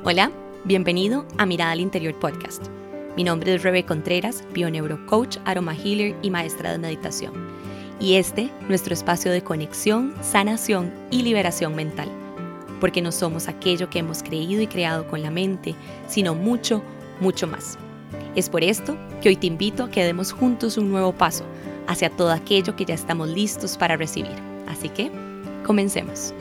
Hola, bienvenido a Mirada al Interior Podcast. Mi nombre es Rebe Contreras, bioneurocoach, aroma healer y maestra de meditación. Y nuestro espacio de conexión, sanación y liberación mental. Porque no somos aquello que hemos creído y creado con la mente, sino mucho, mucho más. Es por esto que hoy te invito a que demos juntos un nuevo paso hacia todo aquello que ya estamos listos para recibir. Así que, comencemos.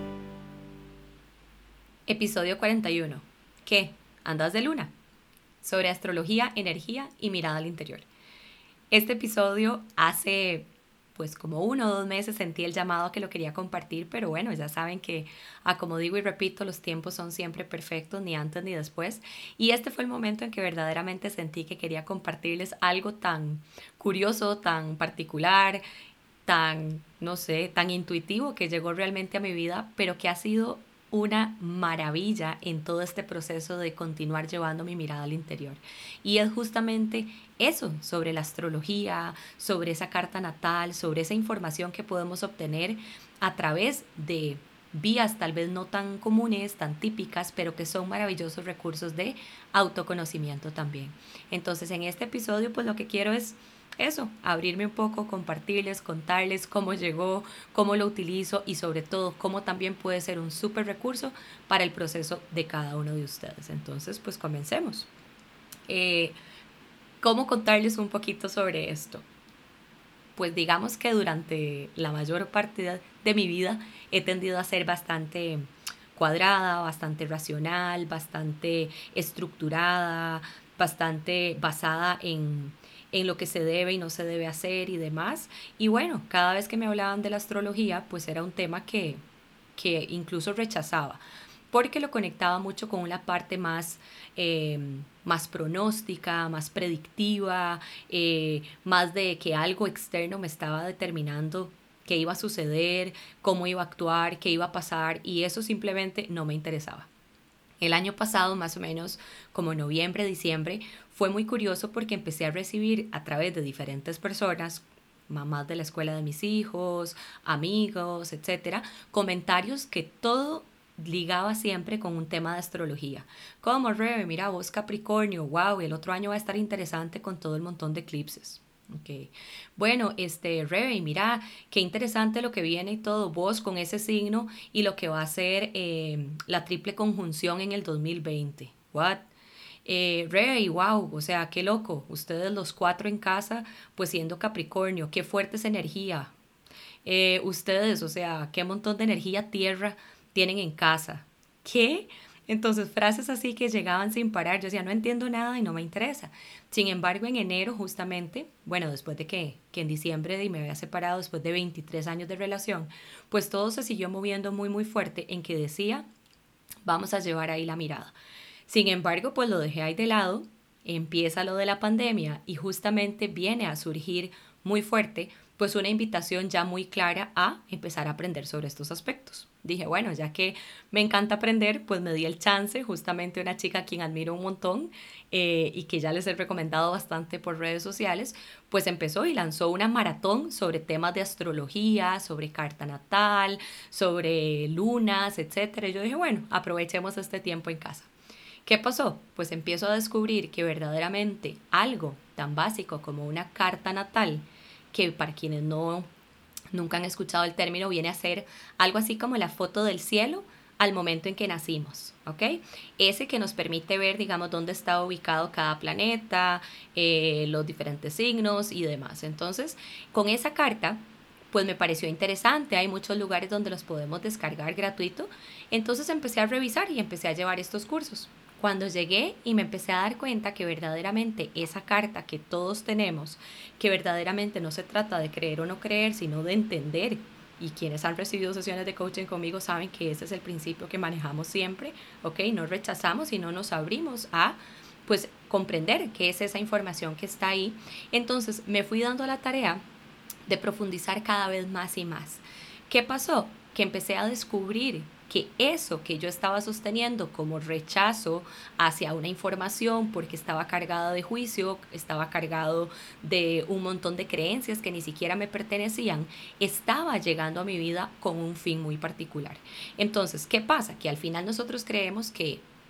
Episodio 41. ¿Qué? ¿Andas de luna? Sobre astrología, energía y mirada al interior. Este episodio hace pues como 1 o 2 meses sentí el llamado a que lo quería compartir, pero bueno, ya saben que, como digo y repito, los tiempos son siempre perfectos, ni antes ni después. Y este fue el momento en que verdaderamente sentí que quería compartirles algo tan curioso, tan particular, tan, no sé, tan intuitivo que llegó realmente a mi vida, pero que ha sido una maravilla en todo este proceso de continuar llevando mi mirada al interior. Y es justamente eso, sobre la astrología, sobre esa carta natal, sobre esa información que podemos obtener a través de vías tal vez no tan comunes, tan típicas, pero que son maravillosos recursos de autoconocimiento también. Entonces, en este episodio, pues lo que quiero es eso, abrirme un poco, compartirles, contarles cómo llegó, cómo lo utilizo y sobre todo cómo también puede ser un súper recurso para el proceso de cada uno de ustedes. Entonces, pues comencemos. ¿Cómo contarles un poquito sobre esto? Pues digamos que durante la mayor parte de mi vida he tendido a ser bastante cuadrada, bastante racional, bastante estructurada, bastante basada en lo que se debe y no se debe hacer y demás. Y bueno, cada vez que me hablaban de la astrología, pues era un tema que incluso rechazaba, porque lo conectaba mucho con una parte más pronóstica, más predictiva, más de que algo externo me estaba determinando qué iba a suceder, cómo iba a actuar, qué iba a pasar, y eso simplemente no me interesaba. El año pasado, más o menos como noviembre, diciembre, fue muy curioso porque empecé a recibir a través de diferentes personas, mamás de la escuela de mis hijos, amigos, etcétera, comentarios que todo ligaba siempre con un tema de astrología. Como, Rebe, mira vos Capricornio, wow, el otro año va a estar interesante con todo el montón de eclipses. Okay. Bueno, Rebe, mira, qué interesante lo que viene y todo, vos con ese signo y lo que va a ser la triple conjunción en el 2020. What? Rebe, wow, o sea, qué loco, ustedes los 4 en casa, pues siendo Capricornio, qué fuerte es energía. Ustedes, o sea, qué montón de energía tierra tienen en casa. ¿Qué? Entonces, frases así que llegaban sin parar. Yo decía, no entiendo nada y no me interesa. Sin embargo, en enero, justamente, bueno, después de que en diciembre me había separado, después de 23 años de relación, pues todo se siguió moviendo muy, muy fuerte en que decía, vamos a llevar ahí la mirada. Sin embargo, pues lo dejé ahí de lado, empieza lo de la pandemia y justamente viene a surgir muy fuerte pues una invitación ya muy clara a empezar a aprender sobre estos aspectos. Dije, bueno, ya que me encanta aprender, pues me di el chance, justamente una chica a quien admiro un montón y que ya les he recomendado bastante por redes sociales, pues empezó y lanzó una maratón sobre temas de astrología, sobre carta natal, sobre lunas, etc. Y yo dije, bueno, aprovechemos este tiempo en casa. ¿Qué pasó? Pues empiezo a descubrir que verdaderamente algo tan básico como una carta natal, que para quienes nunca han escuchado el término, viene a ser algo así como la foto del cielo al momento en que nacimos, ¿ok? Ese que nos permite ver, digamos, dónde está ubicado cada planeta, los diferentes signos y demás. Entonces, con esa carta, pues me pareció interesante, hay muchos lugares donde los podemos descargar gratuito, entonces empecé a revisar y empecé a llevar estos cursos. Cuando llegué y me empecé a dar cuenta que verdaderamente esa carta que todos tenemos, que verdaderamente no se trata de creer o no creer, sino de entender, y quienes han recibido sesiones de coaching conmigo saben que ese es el principio que manejamos siempre, ¿ok? No rechazamos, sino nos abrimos a, pues, comprender qué es esa información que está ahí. Entonces me fui dando la tarea de profundizar cada vez más y más. ¿Qué pasó? Que empecé a descubrir que eso que yo estaba sosteniendo como rechazo hacia una información porque estaba cargada de juicio, estaba cargado de un montón de creencias que ni siquiera me pertenecían, estaba llegando a mi vida con un fin muy particular. Entonces, ¿qué pasa? Que al final nosotros creemos que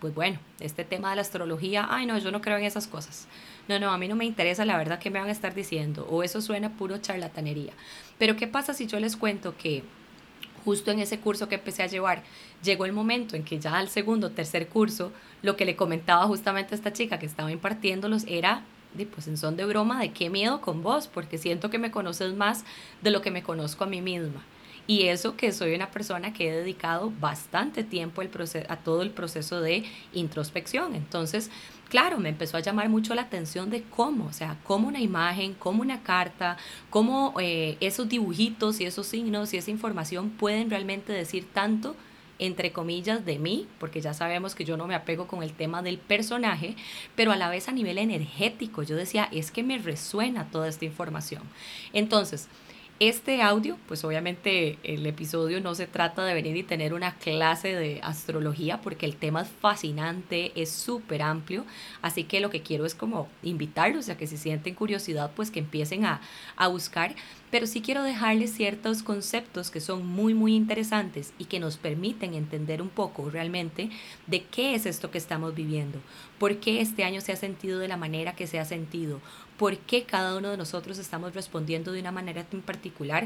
pues bueno, este tema de la astrología, ay no, yo no creo en esas cosas. No, no, a mí no me interesa la verdad que me van a estar diciendo, o eso suena puro charlatanería. Pero ¿qué pasa si yo les cuento que justo en ese curso que empecé a llevar, llegó el momento en que ya al segundo o tercer curso, lo que le comentaba justamente a esta chica que estaba impartiéndolos era, pues en son de broma, de qué miedo con vos, porque siento que me conoces más de lo que me conozco a mí misma. Y eso que soy una persona que he dedicado bastante tiempo a todo el proceso de introspección. Entonces, claro, me empezó a llamar mucho la atención de cómo, o sea, cómo una imagen, cómo una carta, cómo esos dibujitos y esos signos y esa información pueden realmente decir tanto entre comillas de mí, porque ya sabemos que yo no me apego con el tema del personaje, pero a la vez a nivel energético yo decía, es que me resuena toda esta información. Entonces, este audio, pues obviamente el episodio no se trata de venir y tener una clase de astrología porque el tema es fascinante, es súper amplio, así que lo que quiero es como invitarlos a que si sienten curiosidad pues que empiecen a buscar, pero sí quiero dejarles ciertos conceptos que son muy muy interesantes y que nos permiten entender un poco realmente de qué es esto que estamos viviendo, por qué este año se ha sentido de la manera que se ha sentido, por qué cada uno de nosotros estamos respondiendo de una manera tan particular,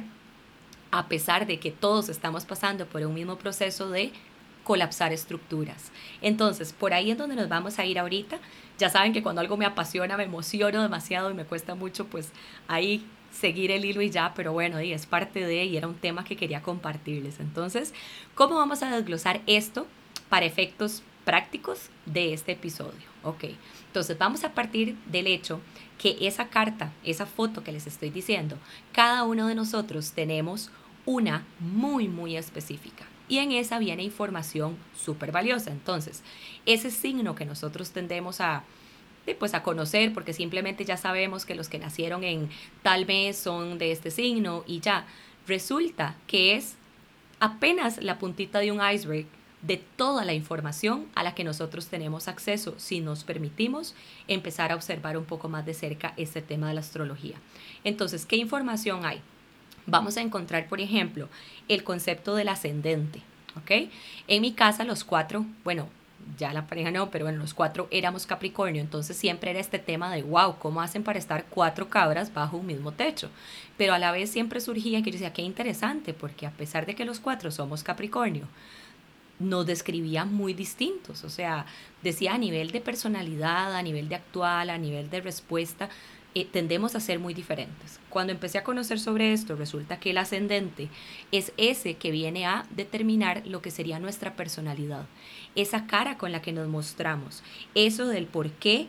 a pesar de que todos estamos pasando por un mismo proceso de colapsar estructuras. Entonces, por ahí es donde nos vamos a ir ahorita. Ya saben que cuando algo me apasiona, me emociono demasiado y me cuesta mucho, pues ahí seguir el hilo y ya, pero bueno, y es parte de, y era un tema que quería compartirles. Entonces, ¿cómo vamos a desglosar esto para efectos prácticos de este episodio? Ok, entonces vamos a partir del hecho que esa carta, esa foto que les estoy diciendo, cada uno de nosotros tenemos una muy, muy específica. Y en esa viene información súper valiosa. Entonces, ese signo que nosotros tendemos pues a conocer, porque simplemente ya sabemos que los que nacieron en tal mes son de este signo y ya, resulta que es apenas la puntita de un iceberg de toda la información a la que nosotros tenemos acceso si nos permitimos empezar a observar un poco más de cerca este tema de la astrología. Entonces, ¿qué información hay? Vamos a encontrar, por ejemplo, el concepto del ascendente, ¿ok? En mi casa los cuatro, bueno, ya la pareja no, pero bueno, los cuatro éramos Capricornio, entonces siempre era este tema de, wow, ¿cómo hacen para estar cuatro cabras bajo un mismo techo? Pero a la vez siempre surgía que yo decía, qué interesante, porque a pesar de que los cuatro somos Capricornio, nos describía muy distintos, o sea, decía a nivel de personalidad, a nivel de actual, a nivel de respuesta, tendemos a ser muy diferentes. Cuando empecé a conocer sobre esto, resulta que el ascendente es ese que viene a determinar lo que sería nuestra personalidad, esa cara con la que nos mostramos, eso del por qué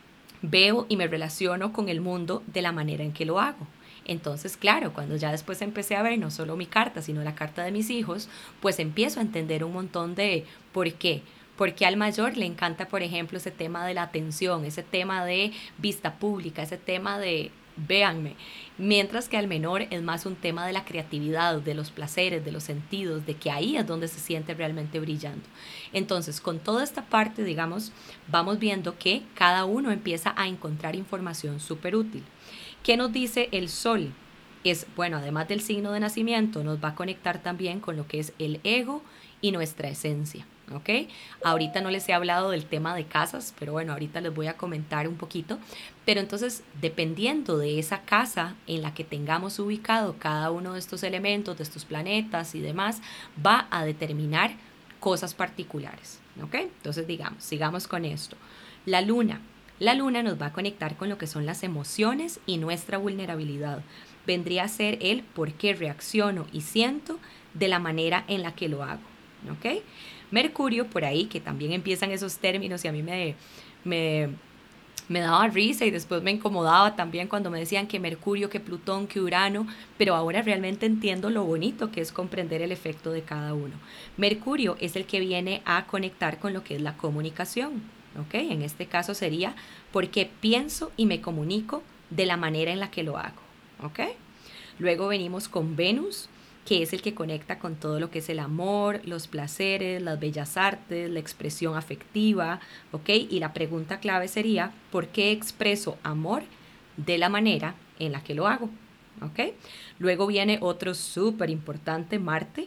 veo y me relaciono con el mundo de la manera en que lo hago. Entonces, claro, cuando ya después empecé a ver no solo mi carta, sino la carta de mis hijos, pues empiezo a entender un montón de por qué. Porque al mayor le encanta, por ejemplo, ese tema de la atención, ese tema de vista pública, ese tema de véanme, mientras que al menor es más un tema de la creatividad, de los placeres, de los sentidos, de que ahí es donde se siente realmente brillando. Entonces, con toda esta parte, digamos, vamos viendo que cada uno empieza a encontrar información súper útil. ¿Qué nos dice el sol? Es, bueno, además del signo de nacimiento, nos va a conectar también con lo que es el ego y nuestra esencia, ¿ok? Ahorita no les he hablado del tema de casas, pero bueno, ahorita les voy a comentar un poquito. Pero entonces, dependiendo de esa casa en la que tengamos ubicado cada uno de estos elementos, de estos planetas y demás, va a determinar cosas particulares, ¿ok? Entonces, digamos, sigamos con esto. La luna. La luna nos va a conectar con lo que son las emociones y nuestra vulnerabilidad. Vendría a ser el por qué reacciono y siento de la manera en la que lo hago, ¿ok? Mercurio, por ahí, que también empiezan esos términos y a mí me daba risa y después me incomodaba también cuando me decían que Mercurio, que Plutón, que Urano, pero ahora realmente entiendo lo bonito que es comprender el efecto de cada uno. Mercurio es el que viene a conectar con lo que es la comunicación, ¿ok? En este caso sería porque pienso y me comunico de la manera en la que lo hago, ¿ok? Luego venimos con Venus, que es el que conecta con todo lo que es el amor, los placeres, las bellas artes, la expresión afectiva, ¿ok? Y la pregunta clave sería, ¿por qué expreso amor de la manera en la que lo hago? ¿Ok? Luego viene otro súper importante, Marte,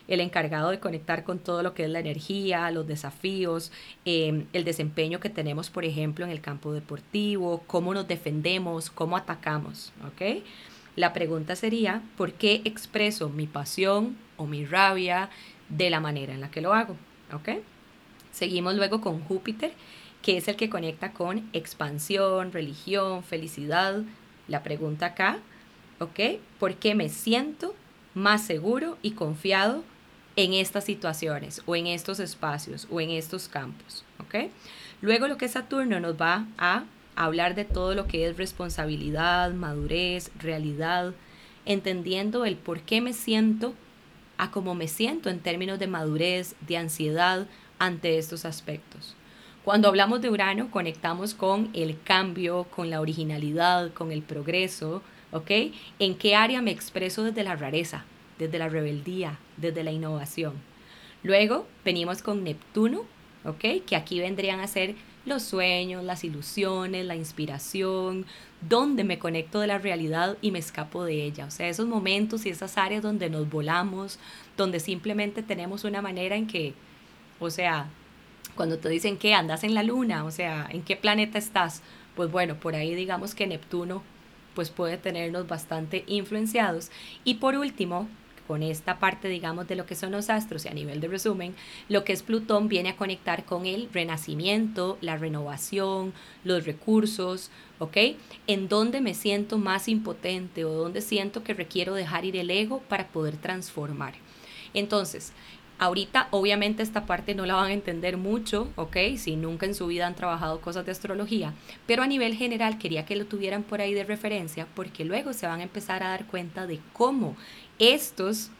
el encargado de conectar con todo lo que es la energía, los desafíos, el desempeño que tenemos, por ejemplo, en el campo deportivo, cómo nos defendemos, cómo atacamos, ¿ok? La pregunta sería, ¿por qué expreso mi pasión o mi rabia de la manera en la que lo hago? ¿Ok? Seguimos luego con Júpiter, que es el que conecta con expansión, religión, felicidad. La pregunta acá, ¿ok? ¿Por qué me siento más seguro y confiado en estas situaciones o en estos espacios o en estos campos? ¿Ok? Luego lo que es Saturno nos va a hablar de todo lo que es responsabilidad, madurez, realidad, entendiendo el por qué me siento a cómo me siento en términos de madurez, de ansiedad ante estos aspectos. Cuando hablamos de Urano, conectamos con el cambio, con la originalidad, con el progreso, ¿ok? ¿En qué área me expreso desde la rareza, desde la rebeldía, desde la innovación? Luego venimos con Neptuno, ¿ok? Que aquí vendrían a ser los sueños, las ilusiones, la inspiración, donde me conecto de la realidad y me escapo de ella. O sea, esos momentos y esas áreas donde nos volamos, donde simplemente tenemos una manera en que, o sea, cuando te dicen que andas en la luna, o sea, ¿en qué planeta estás? Pues bueno, por ahí digamos que Neptuno pues puede tenernos bastante influenciados. Y por último, con esta parte, digamos, de lo que son los astros y a nivel de resumen, lo que es Plutón viene a conectar con el renacimiento, la renovación, los recursos, ¿ok? En donde me siento más impotente o donde siento que requiero dejar ir el ego para poder transformar. Entonces, ahorita obviamente esta parte no la van a entender mucho, ¿ok? Si nunca en su vida han trabajado cosas de astrología, pero a nivel general quería que lo tuvieran por ahí de referencia porque luego se van a empezar a dar cuenta de cómo estos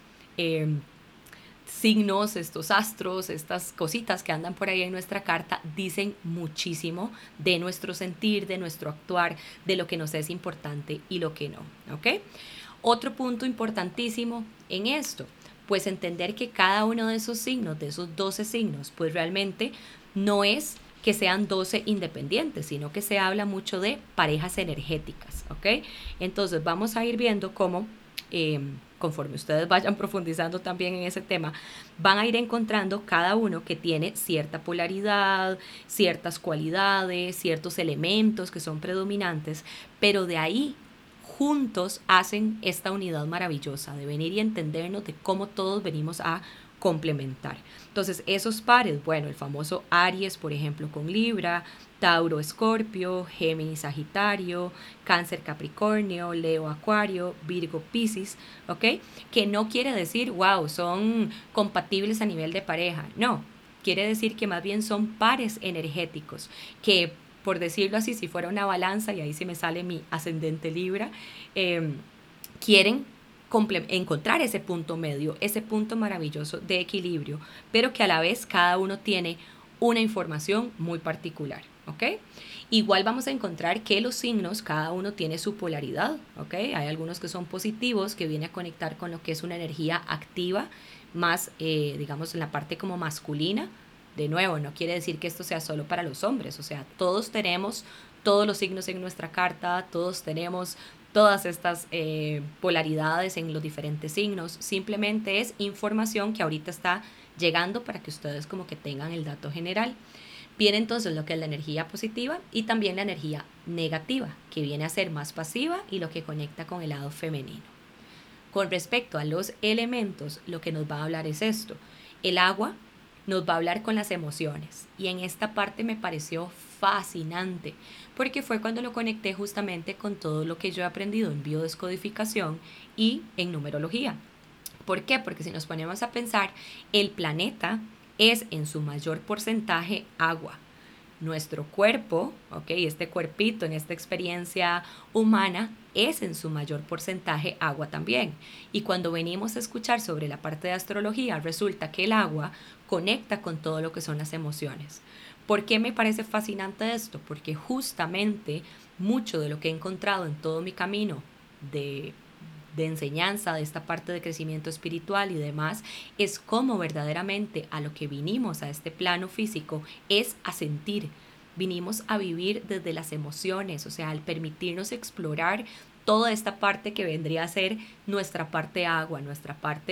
signos, estos astros, estas cositas que andan por ahí en nuestra carta dicen muchísimo de nuestro sentir, de nuestro actuar, de lo que nos es importante y lo que no, ¿ok? Otro punto importantísimo en esto, pues entender que cada uno de esos signos, de esos 12 signos, pues realmente no es que sean 12 independientes, sino que se habla mucho de parejas energéticas, ¿ok? Entonces vamos a ir viendo cómo, conforme ustedes vayan profundizando también en ese tema, van a ir encontrando cada uno que tiene cierta polaridad, ciertas cualidades, ciertos elementos que son predominantes, pero de ahí juntos hacen esta unidad maravillosa de venir y entendernos de cómo todos venimos a complementar. Entonces, esos pares, bueno, el famoso Aries, por ejemplo, con Libra, Tauro, Escorpio, Géminis, Sagitario, Cáncer, Capricornio, Leo, Acuario, Virgo, Piscis, ¿ok? Que no quiere decir, wow, son compatibles a nivel de pareja, no, quiere decir que más bien son pares energéticos que, por decirlo así, si fuera una balanza, y ahí se me sale mi ascendente Libra, quieren encontrar ese punto medio, ese punto maravilloso de equilibrio, pero que a la vez cada uno tiene una información muy particular, ¿ok? Igual vamos a encontrar que los signos, cada uno tiene su polaridad, ¿ok? Hay algunos que son positivos, que viene a conectar con lo que es una energía activa, más, digamos, en la parte como masculina. De nuevo, no quiere decir que esto sea solo para los hombres, o sea, todos tenemos todos los signos en nuestra carta, todos tenemos todas estas polaridades en los diferentes signos, simplemente es información que ahorita está llegando para que ustedes como que tengan el dato general. Viene entonces lo que es la energía positiva y también la energía negativa, que viene a ser más pasiva y lo que conecta con el lado femenino. Con respecto a los elementos, lo que nos va a hablar es esto. El agua nos va a hablar con las emociones y en esta parte me pareció fascinante porque fue cuando lo conecté justamente con todo lo que yo he aprendido en biodescodificación y en numerología. ¿Por qué? Porque si nos ponemos a pensar, el planeta es en su mayor porcentaje agua. Nuestro cuerpo, ¿ok? Este cuerpito en esta experiencia humana es en su mayor porcentaje agua también. Y cuando venimos a escuchar sobre la parte de astrología, resulta que el agua conecta con todo lo que son las emociones. ¿Por qué me parece fascinante esto? Porque justamente mucho de lo que he encontrado en todo mi camino de enseñanza, de esta parte de crecimiento espiritual y demás, es cómo verdaderamente a lo que vinimos a este plano físico es a sentir. Vinimos a vivir desde las emociones, o sea, al permitirnos explorar toda esta parte que vendría a ser nuestra parte agua, nuestra parte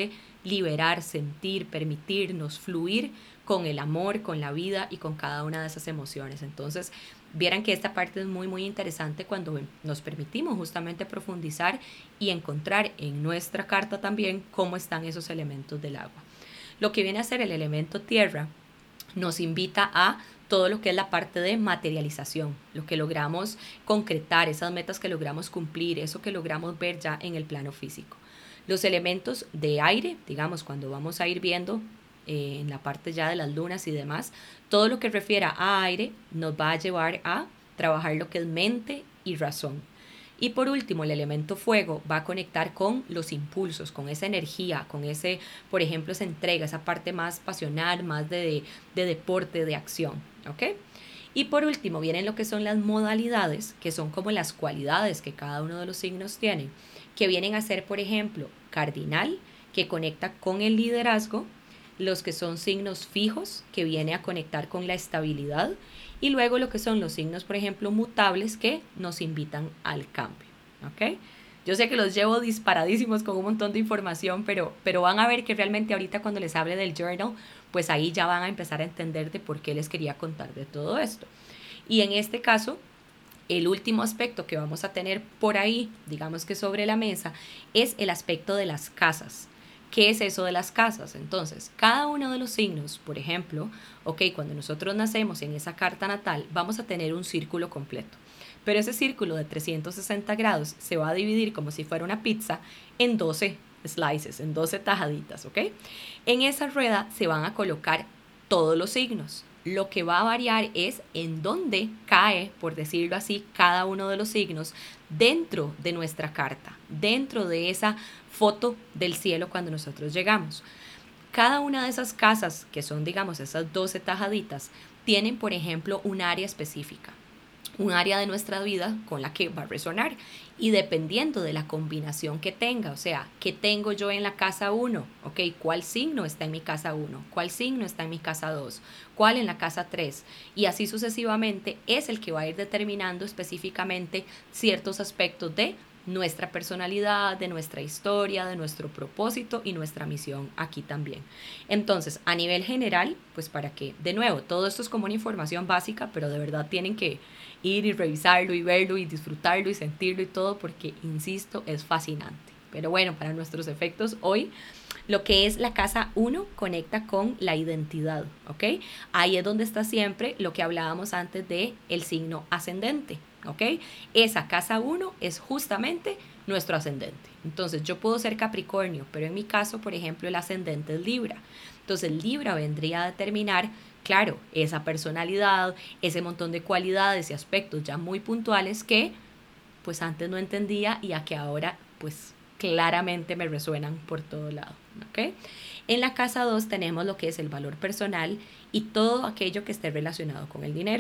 liberar, sentir, permitirnos fluir con el amor, con la vida y con cada una de esas emociones. Entonces, vieran que esta parte es muy, muy interesante cuando nos permitimos justamente profundizar y encontrar en nuestra carta también cómo están esos elementos del agua. Lo que viene a ser el elemento tierra nos invita a todo lo que es la parte de materialización, lo que logramos concretar, esas metas que logramos cumplir, eso que logramos ver ya en el plano físico. Los elementos de aire, digamos, cuando vamos a ir viendo en la parte ya de las lunas y demás, todo lo que refiera a aire nos va a llevar a trabajar lo que es mente y razón. Y por último, el elemento fuego va a conectar con los impulsos, con esa energía, con ese, por ejemplo, esa entrega, esa parte más pasional, más de deporte, de acción, ¿ok? Y por último, vienen lo que son las modalidades, que son como las cualidades que cada uno de los signos tiene, que vienen a ser, por ejemplo, cardinal, que conecta con el liderazgo, los que son signos fijos, que viene a conectar con la estabilidad, y luego lo que son los signos, por ejemplo, mutables, que nos invitan al cambio, ¿ok? Yo sé que los llevo disparadísimos con un montón de información, pero van a ver que realmente ahorita cuando les hable del journal, pues ahí ya van a empezar a entender de por qué les quería contar de todo esto. Y en este caso, el último aspecto que vamos a tener por ahí, digamos que sobre la mesa, es el aspecto de las casas. ¿Qué es eso de las casas? Entonces, cada uno de los signos, por ejemplo, cuando nosotros nacemos en esa carta natal, vamos a tener un círculo completo. Pero ese círculo de 360 grados se va a dividir como si fuera una pizza en 12 slices, en 12 tajaditas, ¿ok? En esa rueda se van a colocar todos los signos. Lo que va a variar es en dónde cae, por decirlo así, cada uno de los signos dentro de nuestra carta, dentro de esa foto del cielo cuando nosotros llegamos. Cada una de esas casas, que son, digamos, esas 12 tajaditas, tienen, por ejemplo, un área específica, un área de nuestra vida con la que va a resonar, y dependiendo de la combinación que tenga, o sea, ¿qué tengo yo en la casa 1? Ok, ¿cuál signo está en mi casa 1? ¿Cuál signo está en mi casa 2? ¿Cuál en la casa 3? Y así sucesivamente es el que va a ir determinando específicamente ciertos aspectos de nuestra personalidad, de nuestra historia, de nuestro propósito y nuestra misión aquí también. Entonces, a nivel general, pues para que, de nuevo, todo esto es como una información básica, pero de verdad tienen que ir y revisarlo y verlo y disfrutarlo y sentirlo y todo, porque, insisto, es fascinante. Pero bueno, para nuestros efectos hoy, lo que es la casa 1 conecta con la identidad, ¿ok? Ahí es donde está siempre lo que hablábamos antes de el signo ascendente, ¿ok? Esa casa 1 es justamente nuestro ascendente. Entonces yo puedo ser Capricornio, pero en mi caso, por ejemplo, el ascendente es Libra. Entonces Libra vendría a determinar, claro, esa personalidad, ese montón de cualidades y aspectos ya muy puntuales que pues antes no entendía y a que ahora pues claramente me resuenan por todo lado, ¿ok? En la casa 2 tenemos lo que es el valor personal y todo aquello que esté relacionado con el dinero.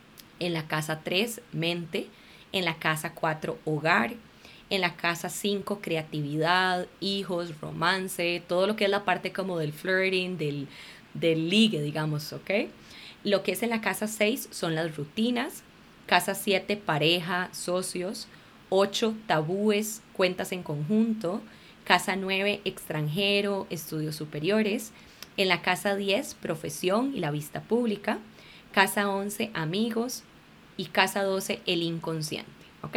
En la casa 3, mente. En la casa 4, hogar. En la casa 5, creatividad, hijos, romance, todo lo que es la parte como del flirting, del ligue, digamos, ¿ok? Lo que es en la casa 6 son las rutinas. Casa 7, pareja, socios. 8, tabúes, cuentas en conjunto. Casa 9, extranjero, estudios superiores. En la casa 10, profesión y la vista pública. Casa 11, amigos. Y casa 12, el inconsciente, ¿ok?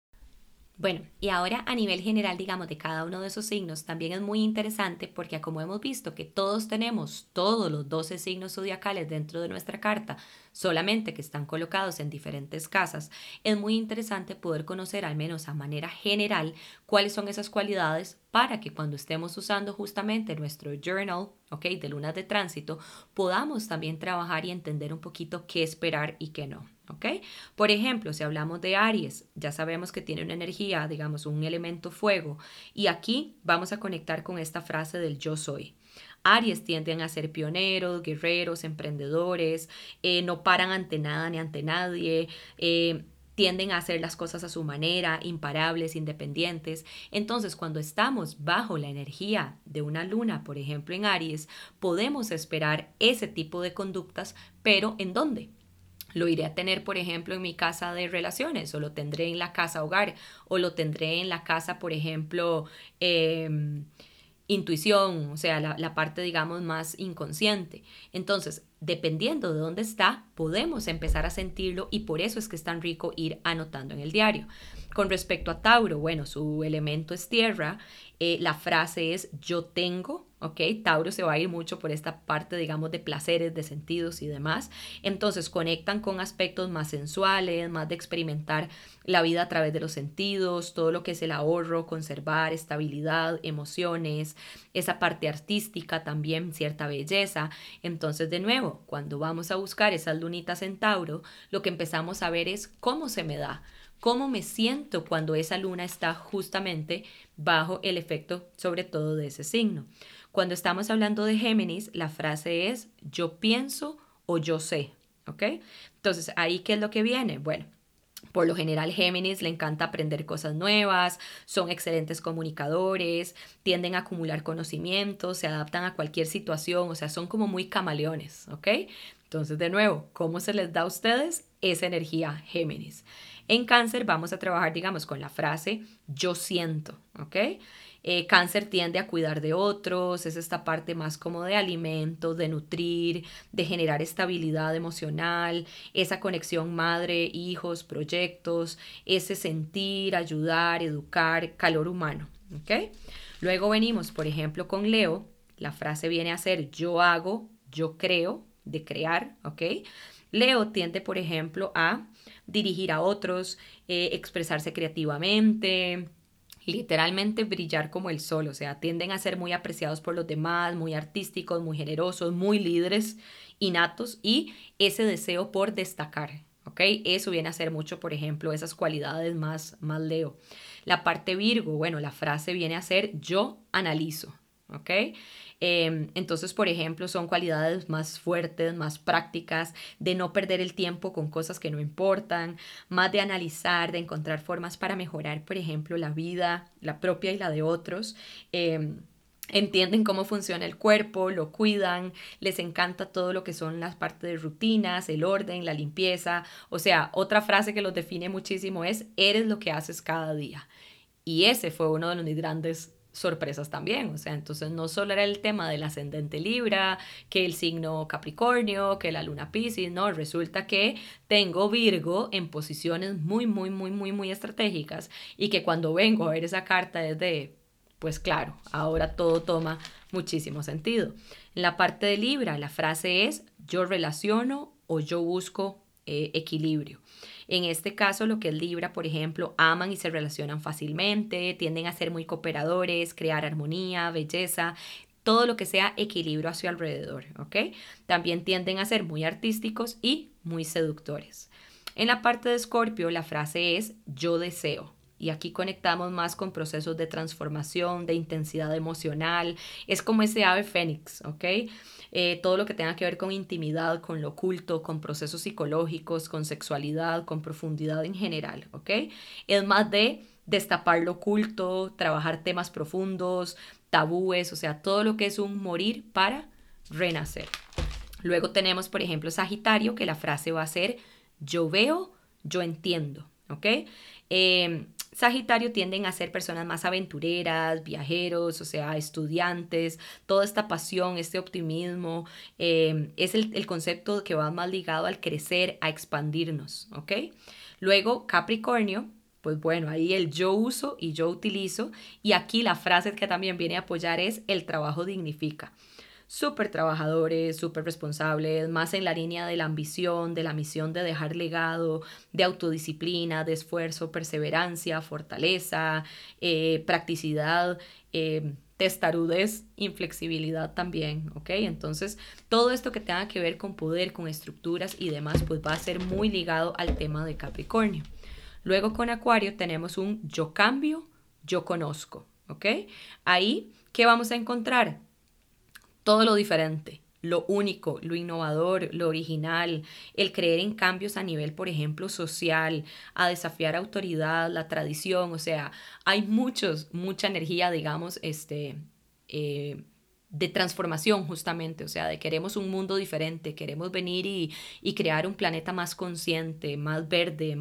Bueno, y ahora a nivel general, digamos, de cada uno de esos signos, también es muy interesante porque como hemos visto que todos tenemos todos los 12 signos zodiacales dentro de nuestra carta, solamente que están colocados en diferentes casas, es muy interesante poder conocer al menos a manera general cuáles son esas cualidades para que cuando estemos usando justamente nuestro journal, ¿ok? De lunas de tránsito, podamos también trabajar y entender un poquito qué esperar y qué no. ¿Ok? Por ejemplo, si hablamos de Aries, ya sabemos que tiene una energía, digamos, un elemento fuego, y aquí vamos a conectar con esta frase del yo soy. Aries tienden a ser pioneros, guerreros, emprendedores, no paran ante nada ni ante nadie, tienden a hacer las cosas a su manera, imparables, independientes. Entonces, cuando estamos bajo la energía de una luna, por ejemplo, en Aries, podemos esperar ese tipo de conductas, pero ¿en dónde? Lo iré a tener, por ejemplo, en mi casa de relaciones, o lo tendré en la casa hogar, o lo tendré en la casa, por ejemplo, intuición, o sea, la parte, digamos, más inconsciente. Entonces, dependiendo de dónde está, podemos empezar a sentirlo y por eso es que es tan rico ir anotando en el diario. Con respecto a Tauro, bueno, su elemento es tierra, la frase es yo tengo, ¿ok? Tauro se va a ir mucho por esta parte, digamos, de placeres, de sentidos y demás. Entonces conectan con aspectos más sensuales, más de experimentar la vida a través de los sentidos, todo lo que es el ahorro, conservar, estabilidad, emociones, esa parte artística también, cierta belleza. Entonces, de nuevo, cuando vamos a buscar esas lunitas en Tauro, lo que empezamos a ver es cómo se me da. ¿Cómo me siento cuando esa luna está justamente bajo el efecto sobre todo de ese signo? Cuando estamos hablando de Géminis, la frase es yo pienso o yo sé, ¿ok? Entonces, ¿ahí qué es lo que viene? Bueno, por lo general, Géminis le encanta aprender cosas nuevas, son excelentes comunicadores, tienden a acumular conocimientos, se adaptan a cualquier situación, o sea, son como muy camaleones, ¿ok? Entonces, de nuevo, ¿cómo se les da a ustedes esa energía Géminis? En Cáncer vamos a trabajar, digamos, con la frase yo siento, ¿ok? Cáncer tiende a cuidar de otros, es esta parte más como de alimentos, de nutrir, de generar estabilidad emocional, esa conexión madre, hijos, proyectos, ese sentir, ayudar, educar, calor humano, ¿ok? Luego venimos, por ejemplo, con Leo, la frase viene a ser yo hago, yo creo, de crear, ¿ok? Leo tiende, por ejemplo, a dirigir a otros, expresarse creativamente, literalmente brillar como el sol, o sea, tienden a ser muy apreciados por los demás, muy artísticos, muy generosos, muy líderes innatos y ese deseo por destacar, ¿ok? Eso viene a ser mucho, por ejemplo, esas cualidades más Leo. La parte Virgo, bueno, la frase viene a ser yo analizo, ¿ok? Entonces, por ejemplo, son cualidades más fuertes, más prácticas, de no perder el tiempo con cosas que no importan, más de analizar, de encontrar formas para mejorar, por ejemplo, la vida, la propia y la de otros. Entienden cómo funciona el cuerpo, lo cuidan, les encanta todo lo que son las partes de rutinas, el orden, la limpieza. O sea, otra frase que los define muchísimo es, eres lo que haces cada día. Y ese fue uno de mis grandes sorpresas también, o sea, entonces no solo era el tema del ascendente Libra, que el signo Capricornio, que la luna Piscis, no, resulta que tengo Virgo en posiciones muy estratégicas y que cuando vengo a ver esa carta es de, pues claro, ahora todo toma muchísimo sentido. En la parte de Libra, la frase es yo relaciono o yo busco equilibrio. En este caso, lo que es Libra, por ejemplo, aman y se relacionan fácilmente, tienden a ser muy cooperadores, crear armonía, belleza, todo lo que sea equilibrio a su alrededor, ¿ok? También tienden a ser muy artísticos y muy seductores. En la parte de Escorpio, la frase es yo deseo. Y aquí conectamos más con procesos de transformación, de intensidad emocional. Es como ese ave fénix, ¿ok? Todo lo que tenga que ver con intimidad, con lo oculto, con procesos psicológicos, con sexualidad, con profundidad en general, ¿ok? Es más de destapar lo oculto, trabajar temas profundos, tabúes, o sea, todo lo que es un morir para renacer. Luego tenemos, por ejemplo, Sagitario, que la frase va a ser yo veo, yo entiendo, ¿ok? Sagitario tienden a ser personas más aventureras, viajeros, o sea, estudiantes, toda esta pasión, este optimismo, es el concepto que va más ligado al crecer, a expandirnos, ¿ok? Luego, Capricornio, pues bueno, ahí el yo uso y yo utilizo, y aquí la frase que también viene a apoyar es el trabajo dignifica. Súper trabajadores, súper responsables, más en la línea de la ambición, de la misión de dejar legado, de autodisciplina, de esfuerzo, perseverancia, fortaleza, practicidad, testarudez, inflexibilidad también, ¿ok? Entonces, todo esto que tenga que ver con poder, con estructuras y demás, pues va a ser muy ligado al tema de Capricornio. Luego con Acuario tenemos un yo cambio, yo conozco, ¿ok? Ahí, ¿qué vamos a encontrar? Todo lo diferente, lo único, lo innovador, lo original, el creer en cambios a nivel, por ejemplo, social, a desafiar autoridad, la tradición, o sea, hay mucha energía, digamos, eh, de transformación justamente, o sea, de queremos un mundo diferente, queremos venir y crear un planeta más consciente, más verde,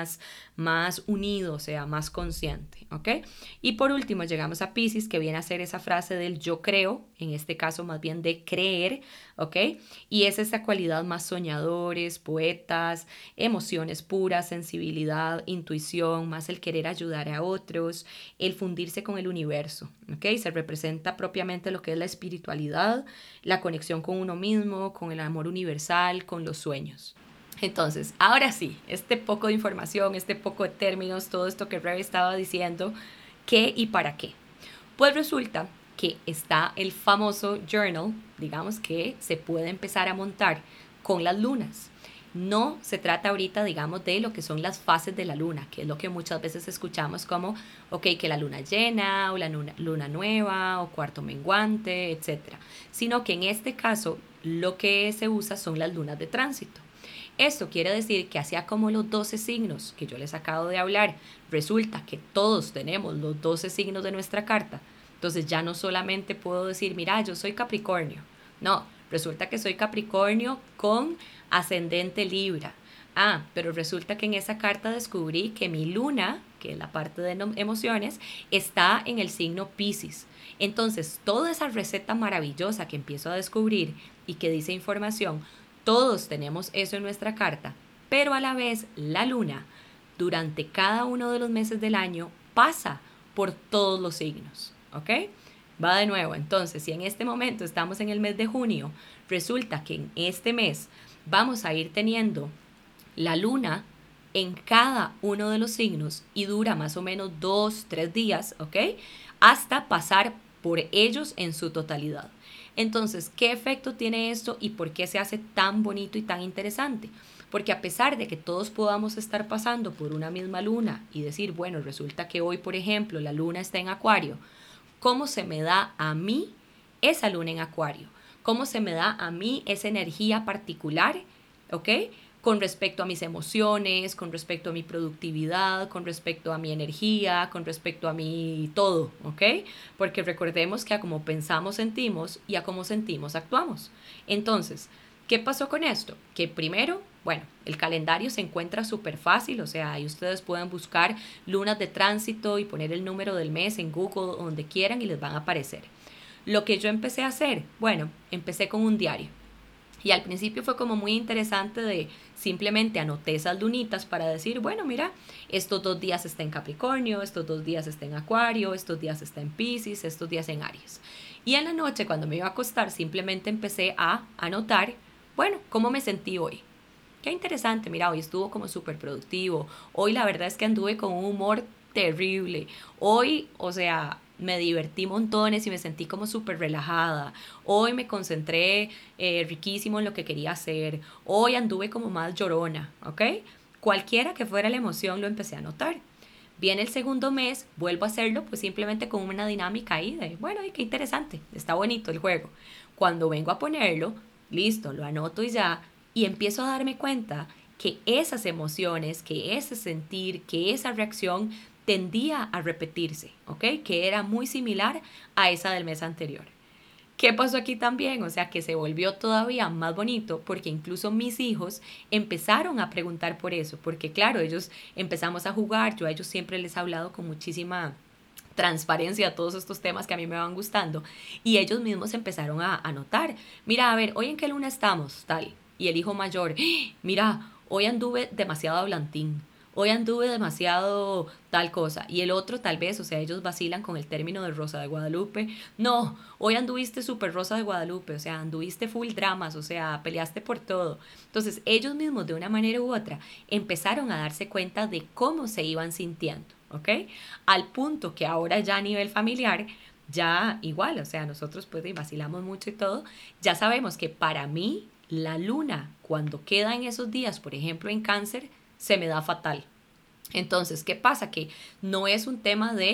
más unido, o sea, más consciente, ¿ok? Y por último llegamos a Piscis, que viene a ser esa frase del yo creo, en este caso más bien de creer, ¿ok? Y es esa cualidad más soñadores, poetas, emociones puras, sensibilidad, intuición, más el querer ayudar a otros, el fundirse con el universo, ¿ok? Se representa propiamente lo que es la espiritualidad, la conexión con uno mismo, con el amor universal, con los sueños. Entonces, ahora sí, este poco de información, este poco de términos, todo esto que Rebe estaba diciendo, ¿qué y para qué? Pues resulta que está el famoso journal, digamos que se puede empezar a montar con las lunas. No se trata ahorita, digamos, de lo que son las fases de la luna, que es lo que muchas veces escuchamos como, ok, que la luna llena o la luna nueva o cuarto menguante, etcétera. Sino que en este caso lo que se usa son las lunas de tránsito. Esto quiere decir que así como los 12 signos que yo les acabo de hablar, resulta que todos tenemos los 12 signos de nuestra carta. Entonces ya no solamente puedo decir, mira, yo soy Capricornio. No, resulta que soy Capricornio con ascendente Libra. Ah, pero resulta que en esa carta descubrí que mi luna, que es la parte de emociones, está en el signo Piscis. Entonces, toda esa receta maravillosa que empiezo a descubrir y que dice información, todos tenemos eso en nuestra carta, pero a la vez la luna, durante cada uno de los meses del año, pasa por todos los signos, ¿ok? Va de nuevo, entonces, si en este momento estamos en el mes de junio, resulta que en este mes vamos a ir teniendo la luna en cada uno de los signos y dura más o menos 2, 3 días, ¿ok? Hasta pasar por ellos en su totalidad. Entonces, ¿qué efecto tiene esto y por qué se hace tan bonito y tan interesante? Porque a pesar de que todos podamos estar pasando por una misma luna y decir, bueno, resulta que hoy, por ejemplo, la luna está en Acuario, ¿cómo se me da a mí esa luna en Acuario? ¿Cómo se me da a mí esa energía particular? ¿Ok? Con respecto a mis emociones, con respecto a mi productividad, con respecto a mi energía, con respecto a mi todo, ¿ok? Porque recordemos que a como pensamos sentimos y a como sentimos actuamos. Entonces, ¿qué pasó con esto? Que primero, bueno, el calendario se encuentra súper fácil, o sea, ahí ustedes pueden buscar lunas de tránsito y poner el número del mes en Google o donde quieran y les van a aparecer. Lo que yo empecé a hacer, bueno, empecé con un diario. Y al principio fue como muy interesante de simplemente anoté esas lunitas para decir, bueno, mira, estos 2 días está en Capricornio, estos 2 días está en Acuario, estos días está en Piscis, estos días en Aries. Y en la noche cuando me iba a acostar simplemente empecé a anotar, bueno, cómo me sentí hoy. Qué interesante, mira, hoy estuvo como súper productivo. Hoy la verdad es que anduve con un humor terrible. Hoy, o sea, me divertí montones y me sentí como súper relajada. Hoy me concentré riquísimo en lo que quería hacer. Hoy anduve como más llorona, ¿ok? Cualquiera que fuera la emoción lo empecé a notar. Viene el segundo mes, vuelvo a hacerlo, pues simplemente con una dinámica ahí de, bueno, qué interesante, está bonito el juego. Cuando vengo a ponerlo, listo, lo anoto y ya, y empiezo a darme cuenta que esas emociones, que ese sentir, que esa reacción tendía a repetirse, ¿ok? Que era muy similar a esa del mes anterior. ¿Qué pasó aquí también? O sea, que se volvió todavía más bonito porque incluso mis hijos empezaron a preguntar por eso, porque claro, ellos empezamos a jugar, yo a ellos siempre les he hablado con muchísima transparencia a todos estos temas que a mí me van gustando y ellos mismos empezaron a notar, mira, a ver, hoy en qué luna estamos, tal, y el hijo mayor, mira, hoy anduve demasiado hablantín, hoy anduve demasiado tal cosa, y el otro tal vez, o sea, ellos vacilan con el término de Rosa de Guadalupe, no, hoy anduviste súper Rosa de Guadalupe, o sea, anduviste full dramas, o sea, peleaste por todo. Entonces ellos mismos de una manera u otra empezaron a darse cuenta de cómo se iban sintiendo, ¿ok? Al punto que ahora ya a nivel familiar, ya igual, o sea, nosotros pues vacilamos mucho y todo, ya sabemos que para mí la luna cuando queda en esos días, por ejemplo en Cáncer, se me da fatal. Entonces, ¿qué pasa? Que no es un tema de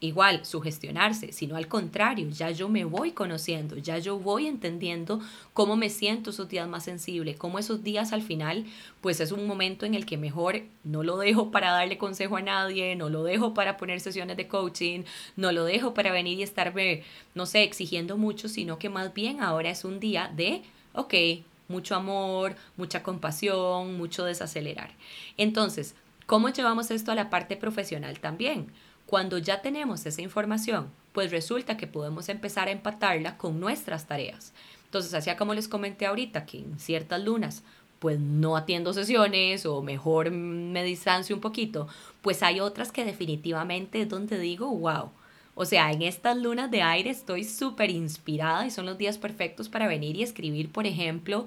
igual sugestionarse, sino al contrario, ya yo me voy conociendo, ya yo voy entendiendo cómo me siento esos días más sensible, cómo esos días al final, pues es un momento en el que mejor no lo dejo para darle consejo a nadie, no lo dejo para poner sesiones de coaching, no lo dejo para venir y estarme, no sé, exigiendo mucho, sino que más bien ahora es un día de, ok, mucho amor, mucha compasión, mucho desacelerar. Entonces, ¿cómo llevamos esto a la parte profesional también? Cuando ya tenemos esa información, pues resulta que podemos empezar a empatarla con nuestras tareas. Entonces, así como les comenté ahorita, que en ciertas lunas pues no atiendo sesiones o mejor me distancio un poquito, pues hay otras que definitivamente es donde digo, wow. O sea, en estas lunas de aire estoy súper inspirada y son los días perfectos para venir y escribir, por ejemplo,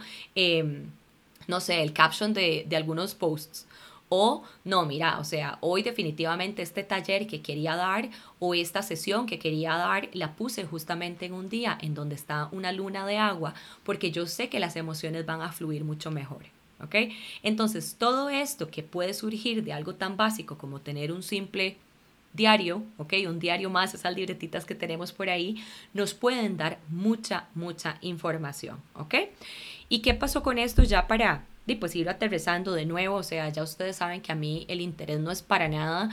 no sé, el caption de algunos posts. O no, mira, o sea, hoy definitivamente este taller que quería dar o esta sesión que quería dar la puse justamente en un día en donde está una luna de agua porque yo sé que las emociones van a fluir mucho mejor. ¿Ok? Entonces, todo esto que puede surgir de algo tan básico como tener un simple diario, ¿ok? Un diario más, esas libretitas que tenemos por ahí, nos pueden dar mucha, mucha información, ¿ok? ¿Y qué pasó con esto ya para pues ir aterrizando de nuevo? O sea, ya ustedes saben que a mí el interés no es para nada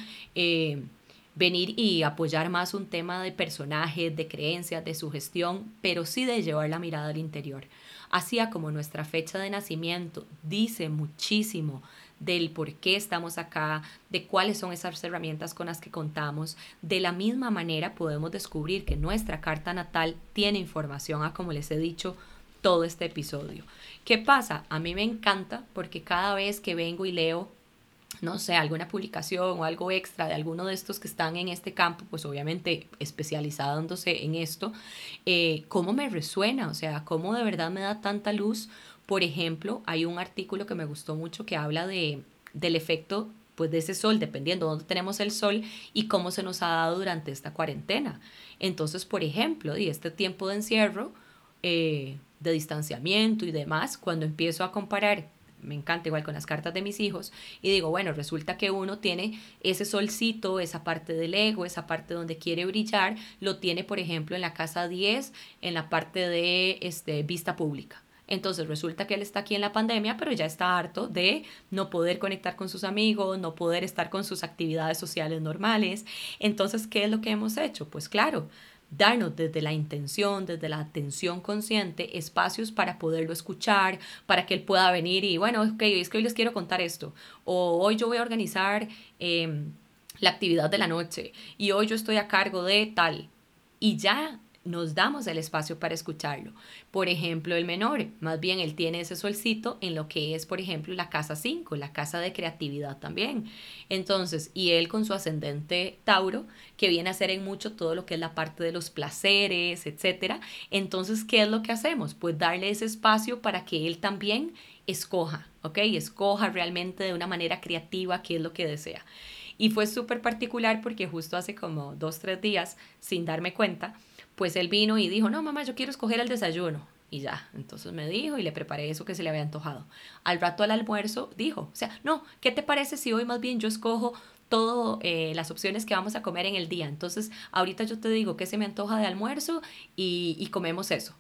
venir y apoyar más un tema de personajes, de creencias, de sugestión, pero sí de llevar la mirada al interior. Así como nuestra fecha de nacimiento dice muchísimo del por qué estamos acá, de cuáles son esas herramientas con las que contamos. De la misma manera podemos descubrir que nuestra carta natal tiene información, como les he dicho, todo este episodio. ¿Qué pasa? A mí me encanta porque cada vez que vengo y leo, no sé, alguna publicación o algo extra de alguno de estos que están en este campo, pues obviamente especializándose en esto, cómo me resuena, o sea, cómo de verdad me da tanta luz. Por ejemplo, hay un artículo que me gustó mucho que habla del efecto pues de ese sol, dependiendo de dónde tenemos el sol y cómo se nos ha dado durante esta cuarentena. Entonces, por ejemplo, y este tiempo de encierro, de distanciamiento y demás, cuando empiezo a comparar, me encanta igual con las cartas de mis hijos, y digo, bueno, resulta que uno tiene ese solcito, esa parte del ego, esa parte donde quiere brillar, lo tiene, por ejemplo, en la casa 10 en la parte de vista pública. Entonces resulta que él está aquí en la pandemia, pero ya está harto de no poder conectar con sus amigos, no poder estar con sus actividades sociales normales. Entonces, ¿qué es lo que hemos hecho? Pues claro, darnos desde la intención, desde la atención consciente, espacios para poderlo escuchar, para que él pueda venir y, bueno, ok, es que hoy les quiero contar esto, o hoy yo voy a organizar la actividad de la noche, y hoy yo estoy a cargo de tal, y ya nos damos el espacio para escucharlo. Por ejemplo, el menor, más bien él tiene ese solcito en lo que es, por ejemplo, la casa 5, la casa de creatividad también. Entonces, y él con su ascendente Tauro, que viene a ser en mucho todo lo que es la parte de los placeres, etcétera. Entonces, ¿qué es lo que hacemos? Pues darle ese espacio para que él también escoja, ¿ok? Escoja realmente de una manera creativa qué es lo que desea. Y fue súper particular porque justo hace como 2, 3 días, sin darme cuenta, pues él vino y dijo, no, mamá, yo quiero escoger el desayuno. Y ya, entonces me dijo y le preparé eso que se le había antojado. Al rato al almuerzo dijo, o sea, no, ¿qué te parece si hoy más bien yo escojo todas las opciones que vamos a comer en el día? Entonces, ahorita yo te digo qué se me antoja de almuerzo y comemos eso.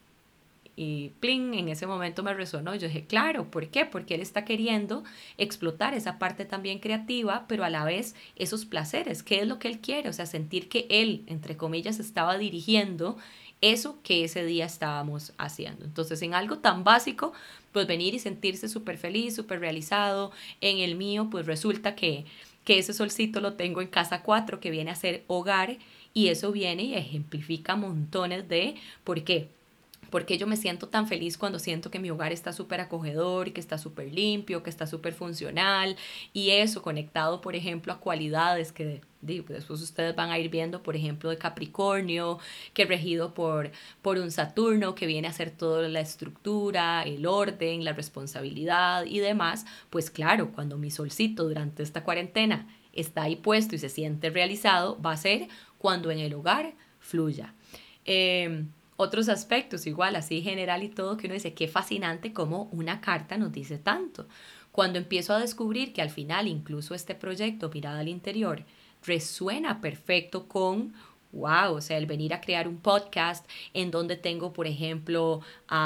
Y plin, en ese momento me resonó. Yo dije, claro, ¿por qué? Porque él está queriendo explotar esa parte también creativa, pero a la vez esos placeres. ¿Qué es lo que él quiere? O sea, sentir que él, entre comillas, estaba dirigiendo eso que ese día estábamos haciendo. Entonces, en algo tan básico, pues venir y sentirse súper feliz, súper realizado. En el mío, pues resulta que ese solcito lo tengo en casa 4 que viene a ser hogar, y eso viene y ejemplifica montones de por qué. Porque yo me siento tan feliz cuando siento que mi hogar está súper acogedor, que está súper limpio, que está súper funcional, y eso conectado, por ejemplo, a cualidades que después ustedes van a ir viendo, por ejemplo, de Capricornio, que es regido por un Saturno que viene a hacer toda la estructura, el orden, la responsabilidad y demás. Pues claro, cuando mi solcito durante esta cuarentena está ahí puesto y se siente realizado, va a ser cuando en el hogar fluya. Otros aspectos, igual, así general y todo, que uno dice, qué fascinante cómo una carta nos dice tanto. Cuando empiezo a descubrir que al final incluso este proyecto, Mirada al Interior, resuena perfecto con wow, o sea, el venir a crear un podcast en donde tengo, por ejemplo,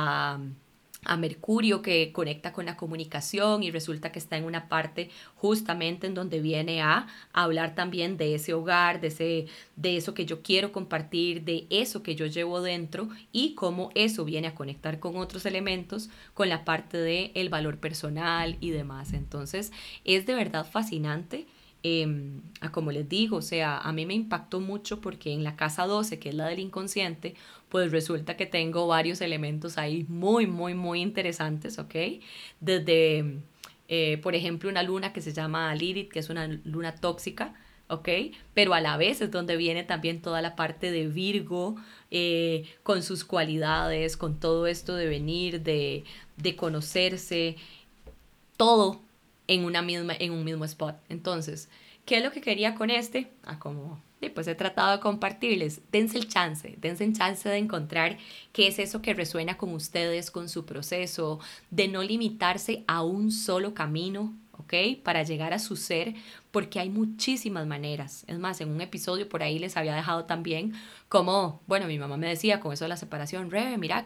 a Mercurio que conecta con la comunicación y resulta que está en una parte justamente en donde viene a hablar también de ese hogar, de eso que yo quiero compartir, de eso que yo llevo dentro y cómo eso viene a conectar con otros elementos, con la parte de el valor personal y demás. Entonces es de verdad fascinante. Como les digo, o sea, a mí me impactó mucho porque en la casa 12, que es la del inconsciente, pues resulta que tengo varios elementos ahí muy, muy, muy interesantes, ¿ok? Desde, por ejemplo, una luna que se llama Lilith, que es una luna tóxica, ¿ok? Pero a la vez es donde viene también toda la parte de Virgo, con sus cualidades, con todo esto de venir, de conocerse, todo en un mismo spot. Entonces, ¿qué es lo que quería con este? Como pues he tratado de compartirles, dense el chance de encontrar qué es eso que resuena con ustedes, con su proceso, de no limitarse a un solo camino, ¿ok? Para llegar a su ser, porque hay muchísimas maneras. Es más, en un episodio por ahí les había dejado también como, bueno, mi mamá me decía con eso de la separación, Rebe, mira,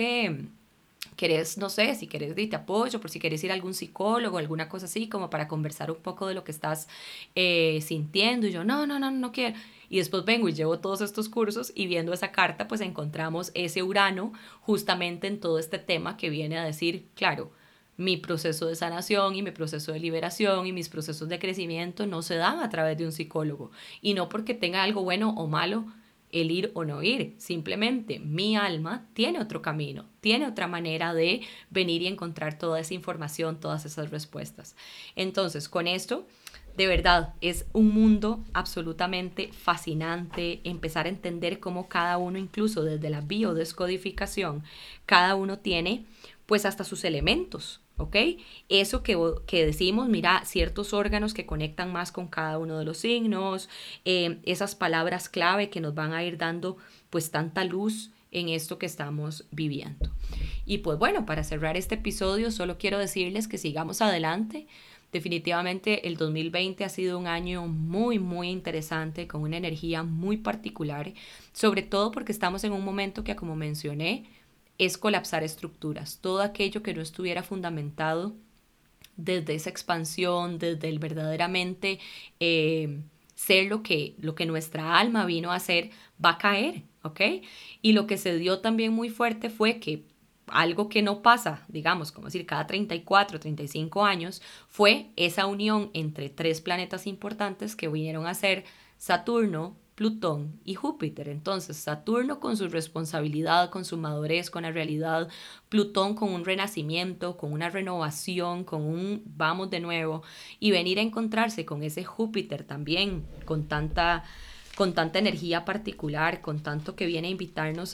¿querés, no sé, si querés te apoyo, por si querés ir a algún psicólogo, alguna cosa así, como para conversar un poco de lo que estás sintiendo? Y yo, no quiero. Y después vengo y llevo todos estos cursos y viendo esa carta, pues encontramos ese Urano justamente en todo este tema que viene a decir, claro, mi proceso de sanación y mi proceso de liberación y mis procesos de crecimiento no se dan a través de un psicólogo. Y no porque tenga algo bueno o malo el ir o no ir, simplemente mi alma tiene otro camino, tiene otra manera de venir y encontrar toda esa información, todas esas respuestas. Entonces, con esto, de verdad, es un mundo absolutamente fascinante empezar a entender cómo cada uno, incluso desde la biodescodificación, cada uno tiene pues hasta sus elementos, ¿ok? Eso que decimos, mira, ciertos órganos que conectan más con cada uno de los signos, esas palabras clave que nos van a ir dando pues tanta luz en esto que estamos viviendo. Y pues bueno, para cerrar este episodio, solo quiero decirles que sigamos adelante. Definitivamente el 2020 ha sido un año muy, muy interesante, con una energía muy particular, sobre todo porque estamos en un momento que, como mencioné, es colapsar estructuras. Todo aquello que no estuviera fundamentado desde esa expansión, desde el verdaderamente ser lo que nuestra alma vino a ser, va a caer, ¿ok? Y lo que se dio también muy fuerte fue que algo que no pasa, digamos, como decir, cada 34, 35 años, fue esa unión entre tres planetas importantes que vinieron a ser Saturno, Plutón y Júpiter. Entonces, Saturno con su responsabilidad, con su madurez, con la realidad, Plutón con un renacimiento, con una renovación, con un vamos de nuevo, y venir a encontrarse con ese Júpiter también, con tanta energía particular, con tanto que viene a invitarnos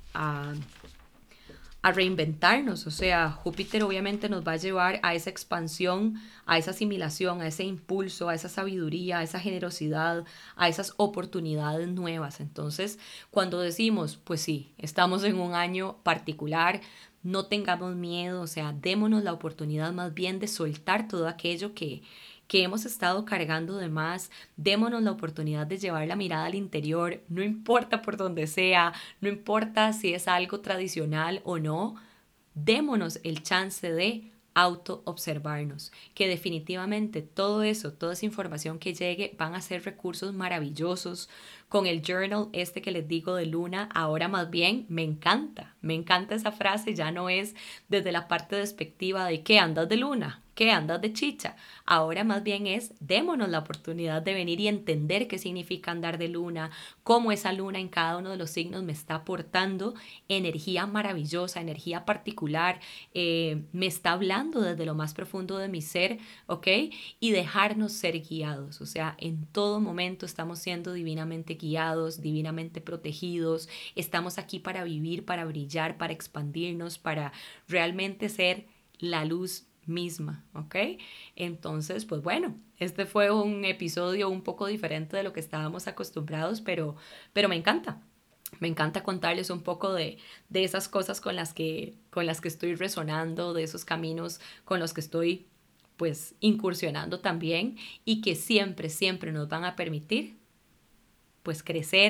a reinventarnos. O sea, Júpiter obviamente nos va a llevar a esa expansión, a esa asimilación, a ese impulso, a esa sabiduría, a esa generosidad, a esas oportunidades nuevas. Entonces, cuando decimos, pues sí, estamos en un año particular, no tengamos miedo, o sea, démonos la oportunidad más bien de soltar todo aquello que hemos estado cargando de más, démonos la oportunidad de llevar la mirada al interior, no importa por dónde sea, no importa si es algo tradicional o no, démonos el chance de auto observarnos, que definitivamente todo eso, toda esa información que llegue van a ser recursos maravillosos. Con el journal este que les digo de Luna, ahora más bien me encanta esa frase, ya no es desde la parte despectiva de ¿qué andas de Luna? ¿Qué andas de chicha? Ahora más bien es démonos la oportunidad de venir y entender qué significa andar de luna, cómo esa luna en cada uno de los signos me está aportando energía maravillosa, energía particular, me está hablando desde lo más profundo de mi ser, ¿ok? Y dejarnos ser guiados, o sea, en todo momento estamos siendo divinamente guiados, divinamente protegidos, estamos aquí para vivir, para brillar, para expandirnos, para realmente ser la luz misma, ¿ok? Entonces, pues bueno, este fue un episodio un poco diferente de lo que estábamos acostumbrados, pero me encanta. Me encanta contarles un poco de esas cosas con las que estoy resonando, de esos caminos con los que estoy pues incursionando también y que siempre, siempre nos van a permitir pues crecer,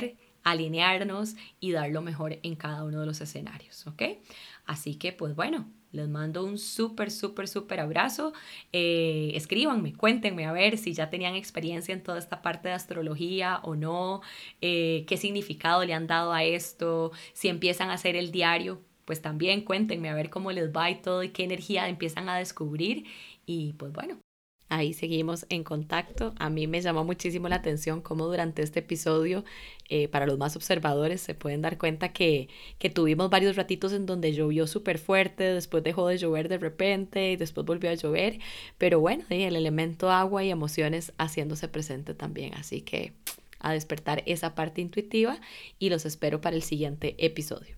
alinearnos y dar lo mejor en cada uno de los escenarios, ¿ok? Así que pues bueno, les mando un súper, súper, súper abrazo. Escríbanme, cuéntenme a ver si ya tenían experiencia en toda esta parte de astrología o no, qué significado le han dado a esto, si empiezan a hacer el diario, pues también cuéntenme a ver cómo les va y todo y qué energía empiezan a descubrir. Y pues bueno, ahí seguimos en contacto. A mí me llamó muchísimo la atención cómo durante este episodio, para los más observadores, se pueden dar cuenta que tuvimos varios ratitos en donde llovió súper fuerte, después dejó de llover de repente y después volvió a llover. Pero bueno, el elemento agua y emociones haciéndose presente también. Así que a despertar esa parte intuitiva y los espero para el siguiente episodio.